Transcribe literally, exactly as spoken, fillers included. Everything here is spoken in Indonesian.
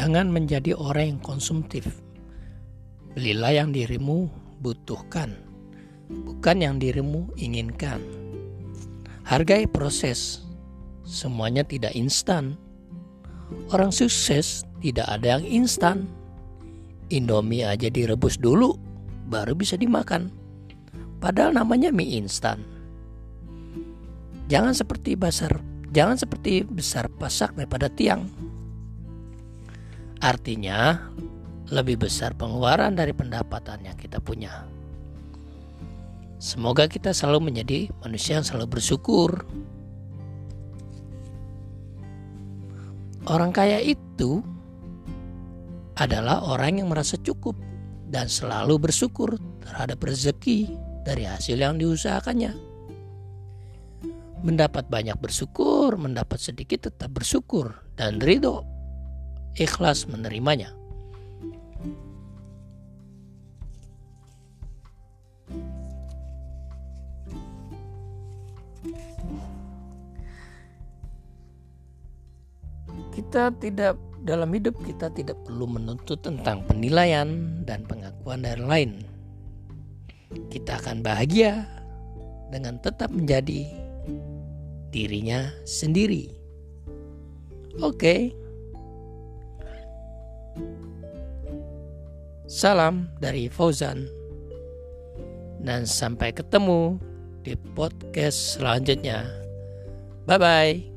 Jangan menjadi orang yang konsumtif. Belilah yang dirimu butuhkan, bukan yang dirimu inginkan. Hargai proses. Semuanya tidak instan. Orang sukses tidak ada yang instan. Indomie aja direbus dulu, baru bisa dimakan. Padahal namanya mie instan. Jangan seperti besar, jangan seperti besar pasak daripada tiang. Artinya, lebih besar pengeluaran dari pendapatan yang kita punya. Semoga kita selalu menjadi manusia yang selalu bersyukur. Orang kaya itu adalah orang yang merasa cukup dan selalu bersyukur terhadap rezeki dari hasil yang diusahakannya. Mendapat banyak bersyukur, mendapat sedikit tetap bersyukur, dan ridho, ikhlas menerimanya. Kita tidak dalam hidup kita tidak perlu menuntut tentang penilaian dan pengakuan dari lain. Kita akan bahagia dengan tetap menjadi dirinya sendiri. Oke. Salam dari Fauzan. Dan sampai ketemu di podcast selanjutnya. Bye bye.